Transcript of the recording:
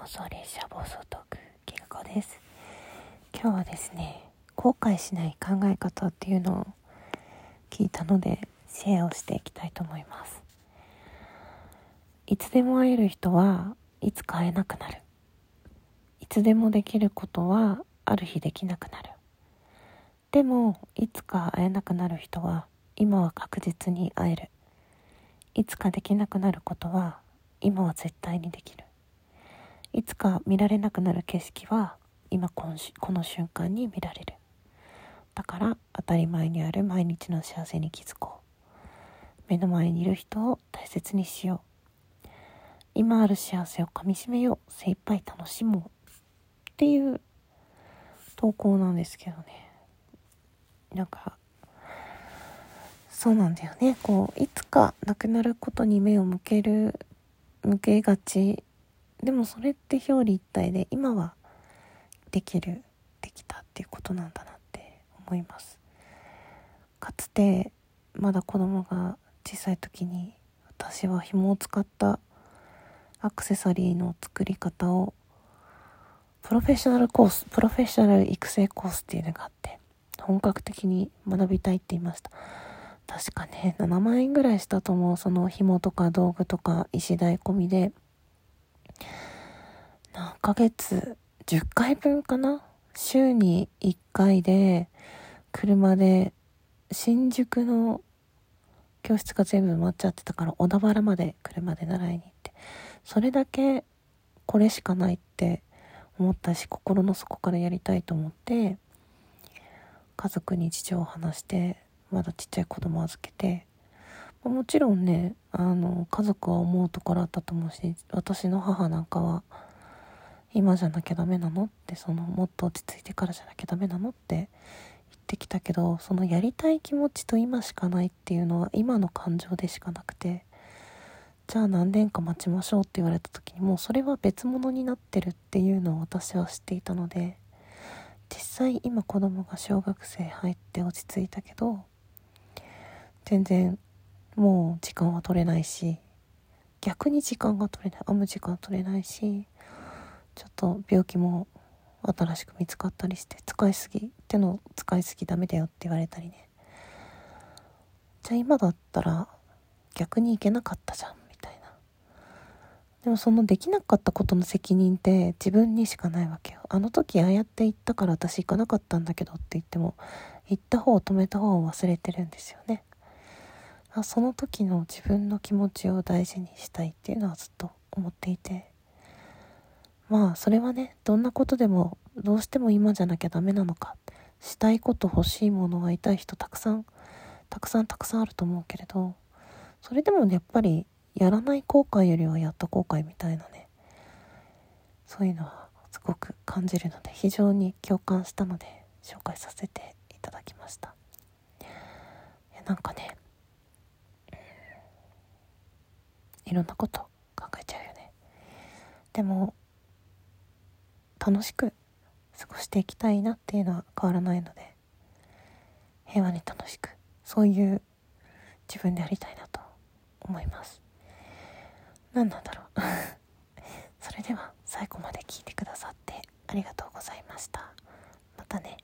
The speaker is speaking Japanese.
妄想列車暴走トークきがこです。今日はですね、後悔しない考え方っていうのを聞いたのでシェアをしていきたいと思います。いつでも会える人はいつか会えなくなる。いつでもできることはある日できなくなる。でもいつか会えなくなる人は今は確実に会える。いつかできなくなることは今は絶対にできる。いつか見られなくなる景色は今この瞬間に見られる。だから当たり前にある毎日の幸せに気づこう。目の前にいる人を大切にしよう。今ある幸せをかみしめよう。精一杯楽しもうっていう投稿なんですけどね。そうなんだよね。いつかなくなることに目を向けがち。でもそれって表裏一体で今はできたっていうことなんだなって思います。かつてまだ子供が小さい時に私は紐を使ったアクセサリーの作り方をプロフェッショナル育成コースっていうのがあって本格的に学びたいって言いました。確かね7万円ぐらいしたと思う。その紐とか道具とか石代込みで何ヶ月10回分かな、週に1回で車で新宿の教室が全部埋まっちゃってたから小田原まで車で習いに行って、それだけこれしかないって思ったし心の底からやりたいと思って家族に事情を話してまだちっちゃい子供預けて、もちろんね家族は思うところあったと思うし、私の母なんかは今じゃなきゃダメなのって、もっと落ち着いてからじゃなきゃダメなのって言ってきたけど、そのやりたい気持ちと今しかないっていうのは今の感情でしかなくて、じゃあ何年か待ちましょうって言われた時にもうそれは別物になってるっていうのを私は知っていたので、実際今子供が小学生入って落ち着いたけど全然もう時間は取れないし、逆に時間が取れない、編む時間取れないし、ちょっと病気も新しく見つかったりして、手の使いすぎダメだよって言われたりね。じゃあ今だったら逆に行けなかったじゃんみたいな。でもそのできなかったことの責任って自分にしかないわけよ。あの時ああやって行ったから私行かなかったんだけどって言っても、行った方を止めた方を忘れてるんですよね。その時の自分の気持ちを大事にしたいっていうのはずっと思っていて、それはね、どんなことでもどうしても今じゃなきゃダメなのか、したいこと欲しいものがいたい人たくさんあると思うけれど、それでもねやっぱりやらない後悔よりはやった後悔みたいなね、そういうのはすごく感じるので非常に共感したので紹介させていただきました。いろんなこと考えちゃうよね。でも楽しく過ごしていきたいなっていうのは変わらないので、平和に楽しくそういう自分でありたいなと思います。何なんだろうそれでは最後まで聞いてくださってありがとうございました。またね。